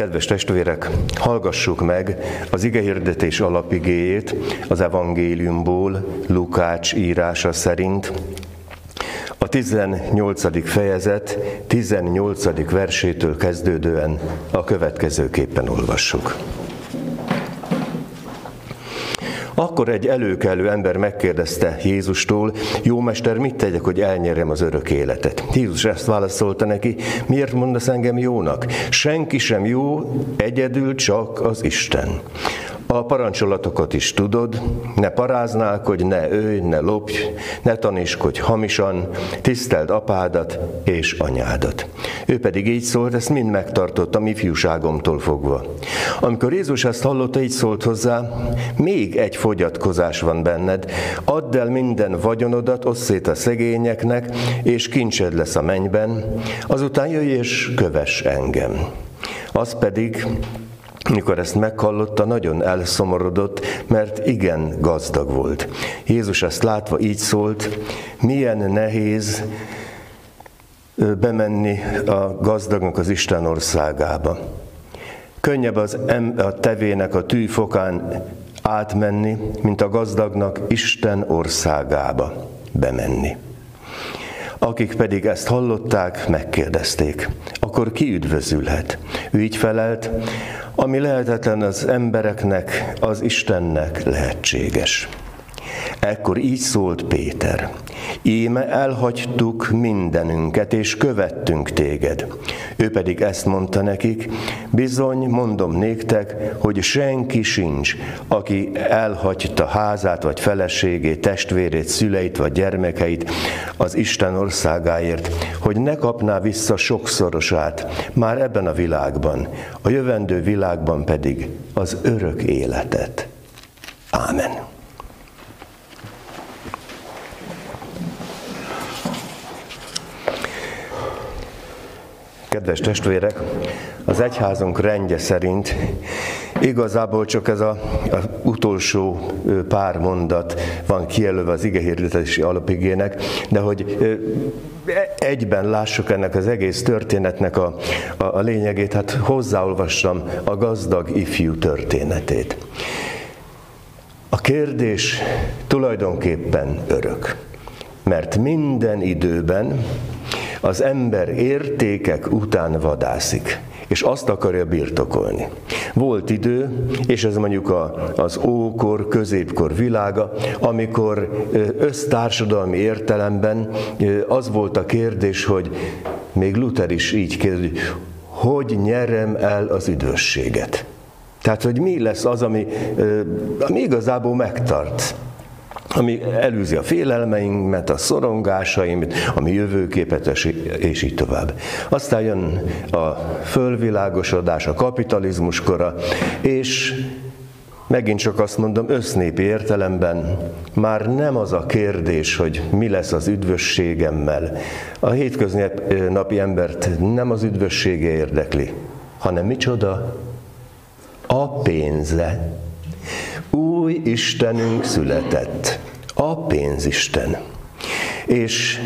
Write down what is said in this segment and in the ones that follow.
Kedves testvérek, hallgassuk meg az igehirdetés alapigéjét az evangéliumból, Lukács írása szerint. A 18. fejezet 18. versétől kezdődően a következőképpen olvassuk. Akkor egy előkelő ember megkérdezte Jézustól: Jó mester, mit tegyek, hogy elnyerjem az örök életet? Jézus ezt válaszolta neki: Miért mondasz engem jónak? Senki sem jó, egyedül csak az Isten. A parancsolatokat is tudod: ne paráználkodj, ne ölj, ne lopj, ne tanúskodj hamisan, tiszteld apádat és anyádat. Ő pedig így szólt, ezt mind megtartottam ifjúságomtól fogva. Amikor Jézus ezt hallotta, így szólt hozzá: még egy fogyatkozás van benned, add el minden vagyonodat, osszd szét a szegényeknek, és kincsed lesz a mennyben, azután jöjj és kövess engem. Az pedig, mikor ezt meghallotta, nagyon elszomorodott, mert igen gazdag volt. Jézus ezt látva így szólt: milyen nehéz bemenni a gazdagnak az Isten országába. Könnyebb a tevének a tűfokán átmenni, mint a gazdagnak Isten országába bemenni. Akik pedig ezt hallották, megkérdezték: akkor ki üdvözülhet? Ő így felelt: ami lehetetlen az embereknek, az Istennek lehetséges. Ekkor így szólt Péter: íme elhagytuk mindenünket, és követtünk téged. Ő pedig ezt mondta nekik: bizony, mondom néktek, hogy senki sincs, aki elhagyta házát, vagy feleségét, testvérét, szüleit, vagy gyermekeit az Isten országáért, hogy ne kapná vissza sokszorosát már ebben a világban, a jövendő világban pedig az örök életet. Ámen. Kedves testvérek, az egyházunk rendje szerint igazából csak ez az utolsó pár mondat van kijelölve az igehirdetési alapigének, de hogy egyben lássuk ennek az egész történetnek a lényegét, hát hozzáolvastam a gazdag ifjú történetét. A kérdés tulajdonképpen örök, mert minden időben az ember értékek után vadászik, és azt akarja birtokolni. Volt idő, és ez mondjuk az ókor, középkor világa, amikor össztársadalmi értelemben az volt a kérdés, hogy még Luther is így kérdezi, hogy nyerem el az üdvösséget. Tehát, hogy mi lesz az, ami igazából megtart, ami elűzi a félelmeinket, a szorongásainkat, a mi jövőképet, és így tovább. Aztán jön a fölvilágosodás, a kapitalizmus kora, és megint csak azt mondom, össznépi értelemben már nem az a kérdés, hogy mi lesz az üdvösségemmel. A hétköznapi embert nem az üdvössége érdekli, hanem micsoda? A pénze. Új Istenünk született, a pénzisten. És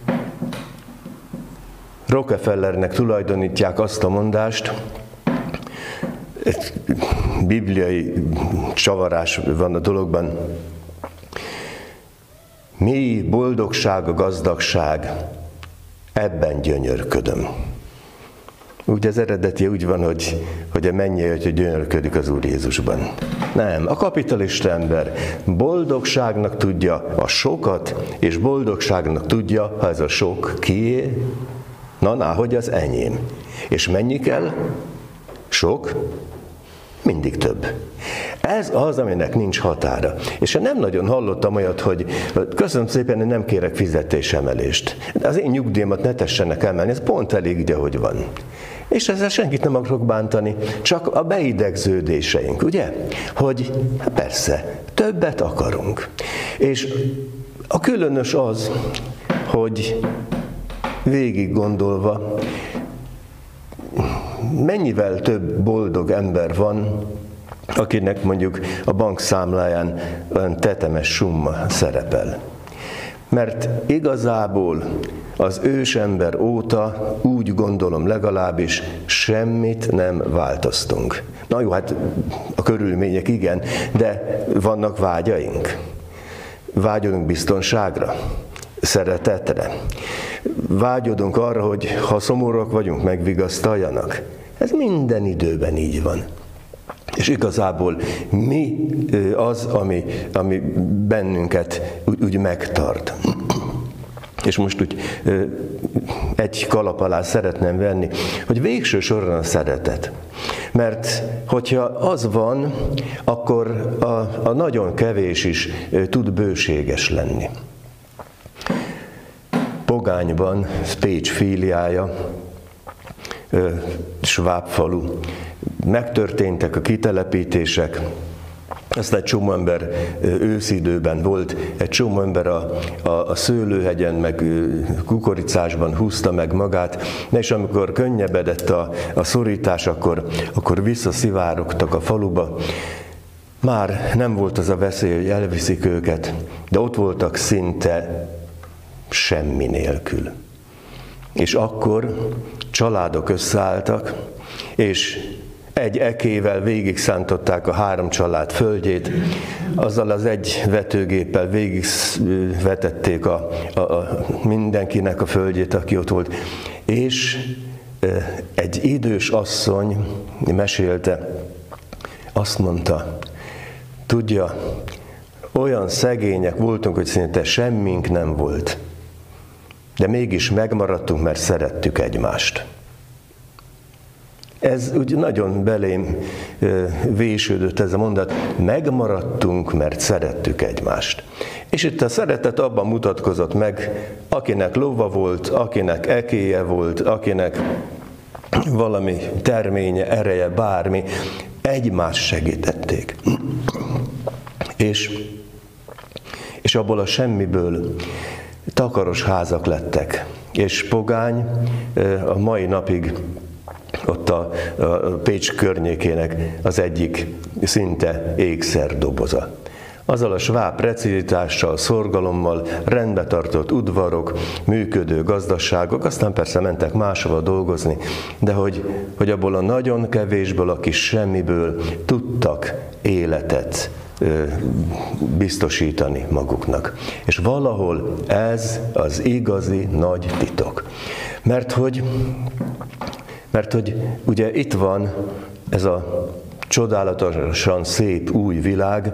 Rockefellernek tulajdonítják azt a mondást, egy bibliai csavarás van a dologban: mi boldogság a gazdagság, ebben gyönyörködöm. Úgy az eredeti úgy van, hogy a mennyei Atya gyönyörködik az Úr Jézusban. Nem, a kapitalista ember boldogságnak tudja a sokat, és boldogságnak tudja, ha ez a sok kié, hogy az enyém. És mennyi kell? Sok? Mindig több. Ez az, aminek nincs határa. És én nem nagyon hallottam olyat, hogy köszönöm szépen, én nem kérek fizetésemelést. Az én nyugdíjamat ne tessenek emelni, ez pont elég így, ahogy van. És ezzel senkit nem akarok bántani, csak a beidegződéseink, ugye? Hogy hát persze, többet akarunk. És a különös az, hogy végig gondolva, mennyivel több boldog ember van, akinek mondjuk a bankszámláján olyan tetemes summa szerepel. Mert igazából az ősember óta úgy úgy gondolom legalábbis, semmit nem változtunk. Na jó, hát a körülmények igen, de vannak vágyaink. Vágyodunk biztonságra, szeretetre. Vágyodunk arra, hogy ha szomorúak vagyunk, megvigasztaljanak. Ez minden időben így van. És igazából mi az, ami bennünket úgy megtart. És most úgy egy kalap alá szeretném venni, hogy végső soron a szeretet. Mert hogyha az van, akkor a nagyon kevés is tud bőséges lenni. Pogányban, Pécs filiája, Sváb falu, megtörténtek a kitelepítések, aztán egy csomó ember őszidőben volt, egy csomó ember a szőlőhegyen, meg kukoricásban húzta meg magát, és amikor könnyebedett a szorítás, akkor visszaszivárogtak a faluba. Már nem volt az a veszély, hogy elviszik őket, de ott voltak szinte semmi nélkül. És akkor családok összeálltak, és egy ekével végig szántották a 3 család földjét, azzal az egy vetőgéppel végig vetették a mindenkinek a földjét, aki ott volt. És egy idős asszony mesélte, azt mondta, tudja, olyan szegények voltunk, hogy szinte semmink nem volt, de mégis megmaradtunk, mert szerettük egymást. Ez úgy nagyon belém vésődött ez a mondat, megmaradtunk, mert szerettük egymást. És itt a szeretet abban mutatkozott meg, akinek lova volt, akinek ekéje volt, akinek valami terménye, ereje, bármi, egymást segítették. És abból a semmiből takaros házak lettek. És Pogány a mai napig ott a Pécs környékének az egyik szinte ékszerdoboza. Azzal a sváb precizitással, szorgalommal rendbe tartott udvarok, működő gazdaságok, aztán persze mentek máshova dolgozni, de hogy abból a nagyon kevésből, a kis semmiből tudtak életet biztosítani maguknak. És valahol ez az igazi nagy titok. Mert hogy ugye itt van ez a csodálatosan szép új világ,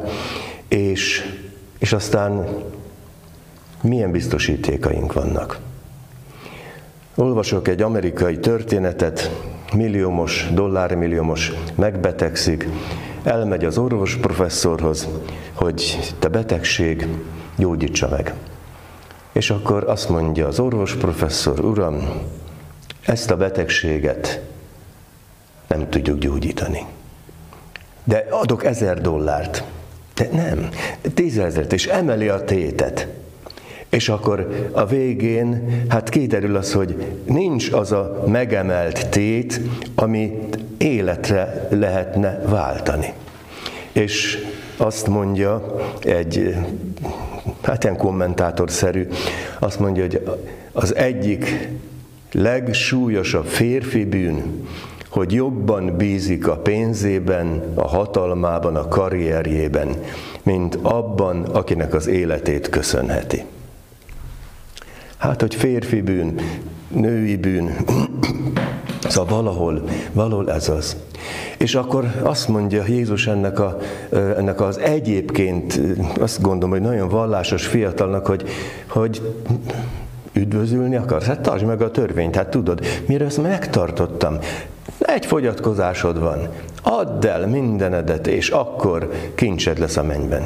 és aztán milyen biztosítékaink vannak. Olvasok egy amerikai történetet, dollármilliómos megbetegszik, elmegy az orvosprofesszorhoz, hogy te betegség, gyógyítsa meg. És akkor azt mondja az orvosprofesszor, uram, ezt a betegséget nem tudjuk gyógyítani. De adok $1000. De nem, 10 000-et, és emeli a tétet. És akkor a végén, hát kiderül az, hogy nincs az a megemelt tét, amit életre lehetne váltani. És azt mondja egy, hát ilyen kommentátorszerű, azt mondja, hogy az egyik legsúlyosabb férfi bűn, hogy jobban bízik a pénzében, a hatalmában, a karrierjében, mint abban, akinek az életét köszönheti. Hát, hogy férfi bűn, női bűn, szóval valahol ez az. És akkor azt mondja Jézus ennek az egyébként, azt gondolom, hogy nagyon vallásos fiatalnak, hogy üdvözülni akarsz? Hát tartsd meg a törvényt, hát tudod, mire ezt megtartottam. Egy fogyatkozásod van, add el mindenedet, és akkor kincsed lesz a mennyben.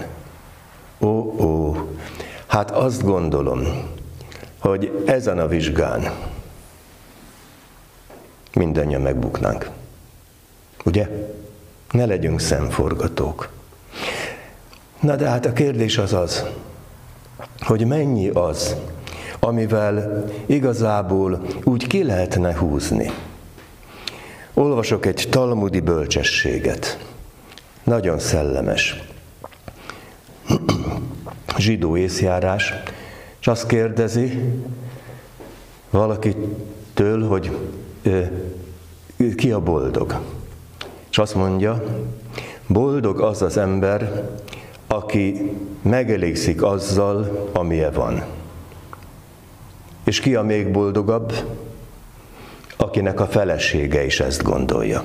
Hát azt gondolom, hogy ezen a vizsgán mindannyian megbuknánk. Ugye? Ne legyünk szemforgatók. Na de hát a kérdés az, hogy mennyi az, amivel igazából úgy ki lehetne húzni. Olvasok egy talmudi bölcsességet. Nagyon szellemes. Zsidó észjárás, és azt kérdezi valakitől, hogy ki a boldog. És azt mondja, boldog az az ember, aki megelégszik azzal, amilyen van. És ki a még boldogabb? Akinek a felesége is ezt gondolja.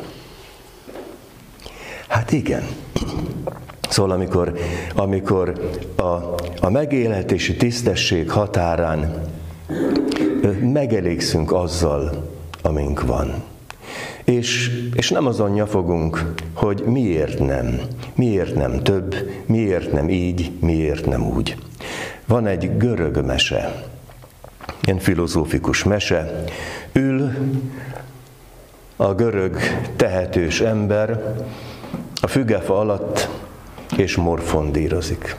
Hát igen. Szóval amikor a megélhetési tisztesség határán megelégszünk azzal, amink van. És nem azon nyafogunk, hogy miért nem több, miért nem így, miért nem úgy. Van egy görög mese, ilyen filozófikus mese, ül a görög tehetős ember a fügefa alatt, és morfondírozik.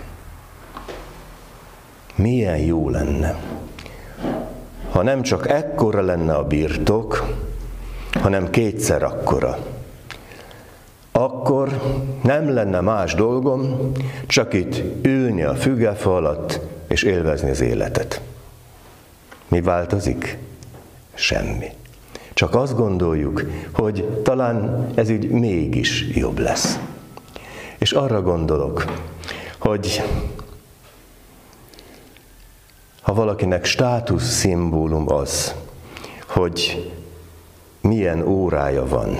Milyen jó lenne, ha nem csak ekkora lenne a birtok, hanem kétszer akkora. Akkor nem lenne más dolgom, csak itt ülni a fügefa alatt, és élvezni az életet. Mi változik? Semmi. Csak azt gondoljuk, hogy talán ez így mégis jobb lesz. És arra gondolok, hogy ha valakinek státuszszimbólum az, hogy milyen órája van.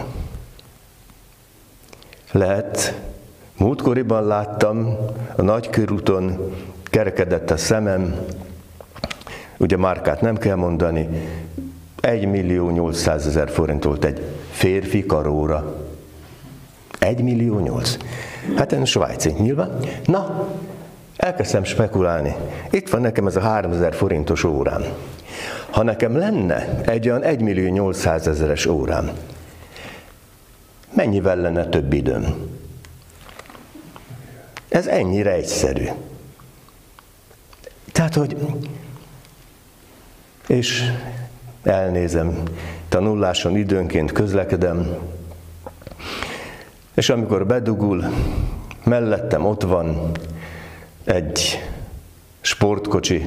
Lehet, múltkoriban láttam, a Nagykörúton kerekedett a szemem, ugye márkát nem kell mondani, 1.800.000 forint volt egy férfi karóra. 1.800.000. Hát én svájci nyilván. Na, elkezdtem spekulálni. Itt van nekem ez a 3.000 forintos órám. Ha nekem lenne egy olyan 1.800.000-es órám, mennyivel lenne több időm? Ez ennyire egyszerű. Tehát, hogy... És elnézem, itt a nulláson időnként közlekedem, és amikor bedugul, mellettem ott van egy sportkocsi,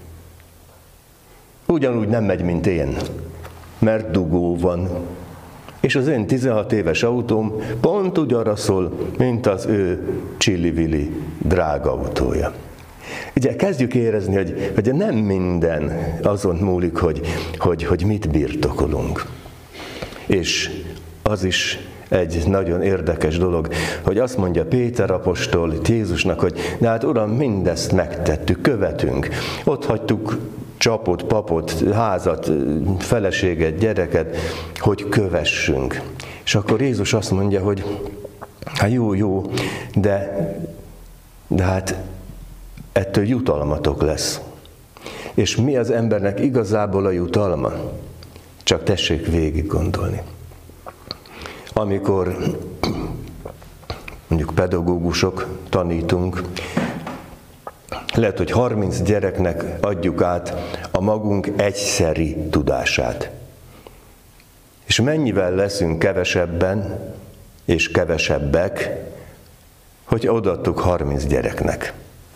ugyanúgy nem megy, mint én, mert dugó van. És az én 16 éves autóm pont úgy arra szól, mint az ő csili-vili drága autója. Ugye kezdjük érezni, hogy nem minden azon múlik, hogy mit birtokolunk. És az is egy nagyon érdekes dolog, hogy azt mondja Péter apostol Jézusnak, hogy de hát Uram, mindezt megtettük, követünk. Ott hagytuk csapot, papot, házat, feleséget, gyereket, hogy kövessünk. És akkor Jézus azt mondja, hogy hát jó, de hát ettől jutalmatok lesz. És mi az embernek igazából a jutalma? Csak tessék végig gondolni. Amikor mondjuk pedagógusok tanítunk, lehet, hogy 30 gyereknek adjuk át a magunk egyszeri tudását. És mennyivel leszünk kevesebben és kevesebbek, hogy odaadtuk 30 gyereknek.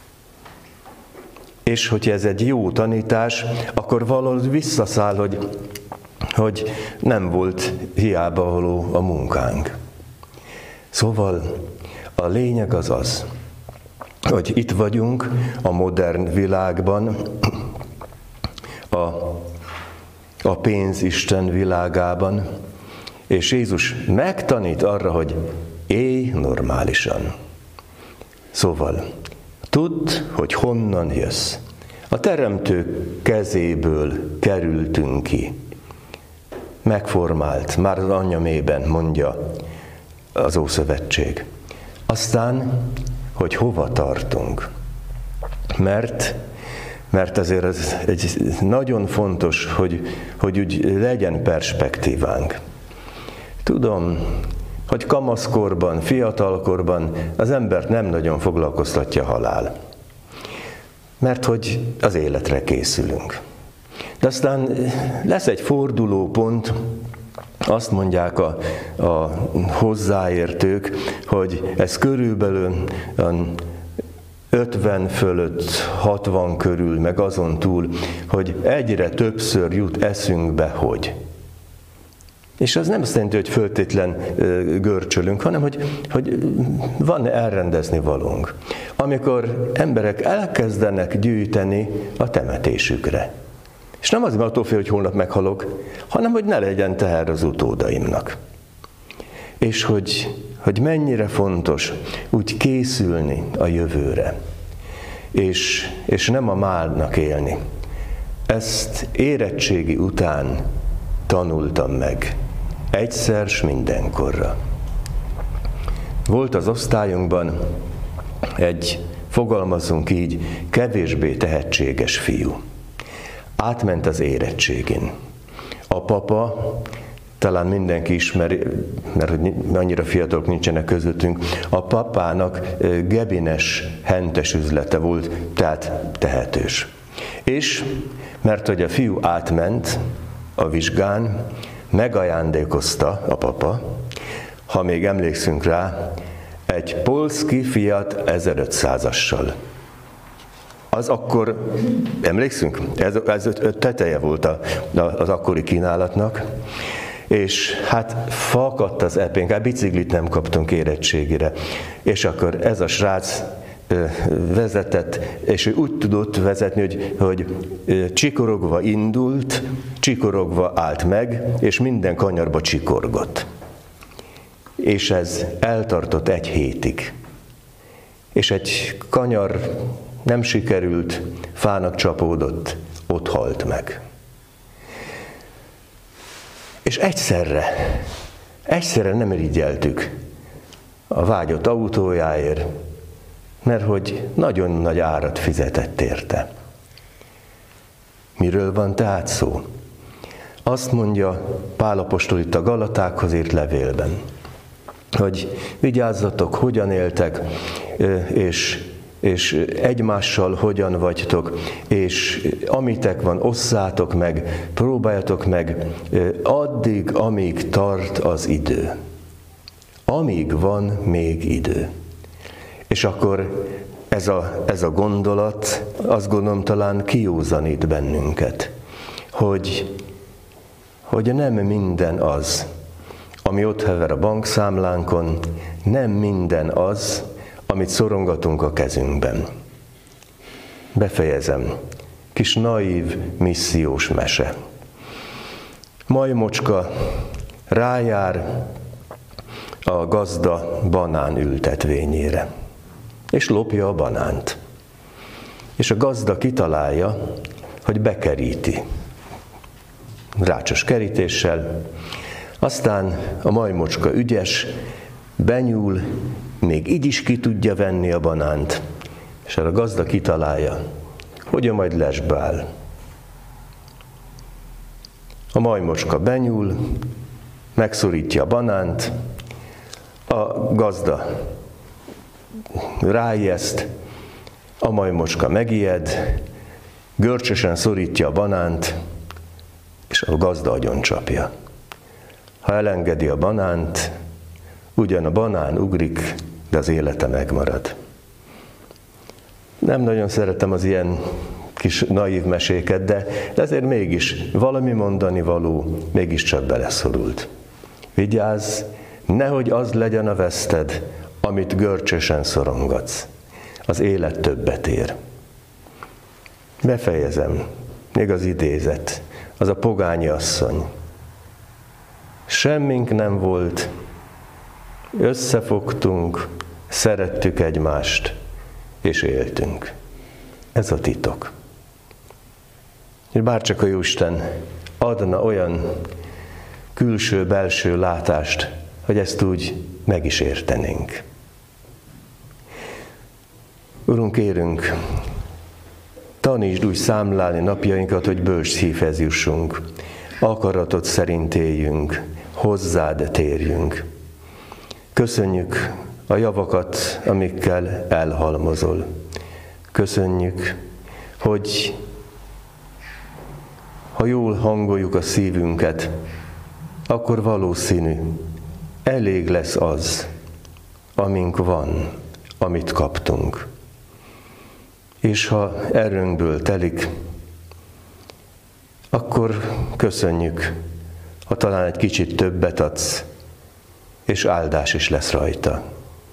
És hogyha ez egy jó tanítás, akkor valahogy visszaszáll, hogy nem volt hiába való a munkánk. Szóval a lényeg az, hogy itt vagyunk a modern világban, a pénzisten világában, és Jézus megtanít arra, hogy élj normálisan. Szóval tudd, hogy honnan jössz. A Teremtő kezéből kerültünk ki. Megformált, már az anyamében, mondja az Ószövetség. Aztán, hogy hova tartunk. Mert azért ez egy nagyon fontos, hogy úgy legyen perspektívánk. Tudom, hogy kamaszkorban, fiatalkorban az embert nem nagyon foglalkoztatja a halál. Mert hogy az életre készülünk. De aztán lesz egy fordulópont, azt mondják a hozzáértők, hogy ez körülbelül 50 fölött, 60 körül, meg azon túl, hogy egyre többször jut eszünkbe, És az nem azt jelenti, hogy föltétlen görcsölünk, hanem hogy van elrendezni valónk. Amikor emberek elkezdenek gyűjteni a temetésükre. És nem azért, mert attól fél, hogy holnap meghalok, hanem hogy ne legyen teher az utódaimnak. És hogy mennyire fontos úgy készülni a jövőre, és nem a málnak élni. Ezt érettségi után tanultam meg, egyszer s mindenkorra. Volt az osztályunkban egy, fogalmazzunk így, kevésbé tehetséges fiú. Átment az érettségin. A papa, talán mindenki ismeri, mert annyira fiatalok nincsenek közöttünk, a papának gebines, hentes üzlete volt, tehát tehetős. És mert hogy a fiú átment a vizsgán, megajándékozta a papa, ha még emlékszünk rá, egy polszki Fiat 1500-assal. Az akkor, emlékszünk? Ez teteje volt az akkori kínálatnak, és hát falkadt az epénk, hát biciklit nem kaptunk érettségire. És akkor ez a srác vezetett, és ő úgy tudott vezetni, hogy csikorogva indult, csikorogva állt meg, és minden kanyarba csikorgott. És ez eltartott 1 hétig. És egy kanyar nem sikerült, fának csapódott, ott halt meg. És egyszerre nem irigyeltük a vágyott autójáért, mert hogy nagyon nagy árat fizetett érte. Miről van tehát szó? Azt mondja Pál apostol itt a Galatákhoz írt levélben, hogy vigyázzatok, hogyan éltek, és egymással hogyan vagytok, és amitek van, osszátok meg, próbáljatok meg addig, amíg tart az idő. Amíg van még idő. És akkor ez a gondolat, azt gondolom, talán kijózanít bennünket, hogy nem minden az, ami ott hever a bankszámlánkon, nem minden az, amit szorongatunk a kezünkben. Befejezem. Kis naív, missziós mese. Majmocska rájár a gazda banán ültetvényére, és lopja a banánt. És a gazda kitalálja, hogy bekeríti. Rácsos kerítéssel. Aztán a majmocska ügyes, benyúl, még így is ki tudja venni a banánt, és a gazda kitalálja, hogy ő majd lesbe áll. A majmocska benyúl, megszorítja a banánt, a gazda ráijeszt, a majmocska megijed, görcsösen szorítja a banánt, és a gazda agyoncsapja. Ha elengedi a banánt, ugyan a banán ugrik, de az élete megmarad. Nem nagyon szeretem az ilyen kis naív meséket, de ezért mégis valami mondani való, mégiscsak beleszorult. Vigyázz, nehogy az legyen a veszted, amit görcsösen szorongatsz. Az élet többet ér. Befejezem, még az idézet, az a pogányi asszony. Semmink nem volt, összefogtunk, szerettük egymást, és éltünk. Ez a titok. És bárcsak a Jóisten adna olyan külső-belső látást, hogy ezt úgy meg is értenénk. Urunk, kérünk, tanítsd úgy számlálni napjainkat, hogy bölcs szívhez jussunk, akaratod szerint éljünk, hozzád térjünk. Köszönjük a javakat, amikkel elhalmozol. Köszönjük, hogy ha jól hangoljuk a szívünket, akkor valószínű, elég lesz az, amink van, amit kaptunk. És ha erőnkből telik, akkor köszönjük, ha talán egy kicsit többet adsz, és áldás is lesz rajta.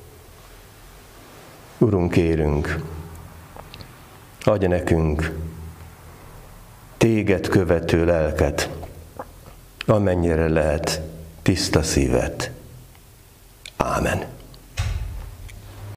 Urunk, kérünk, adj nekünk téged követő lelket, amennyire lehet tiszta szívet. Ámen.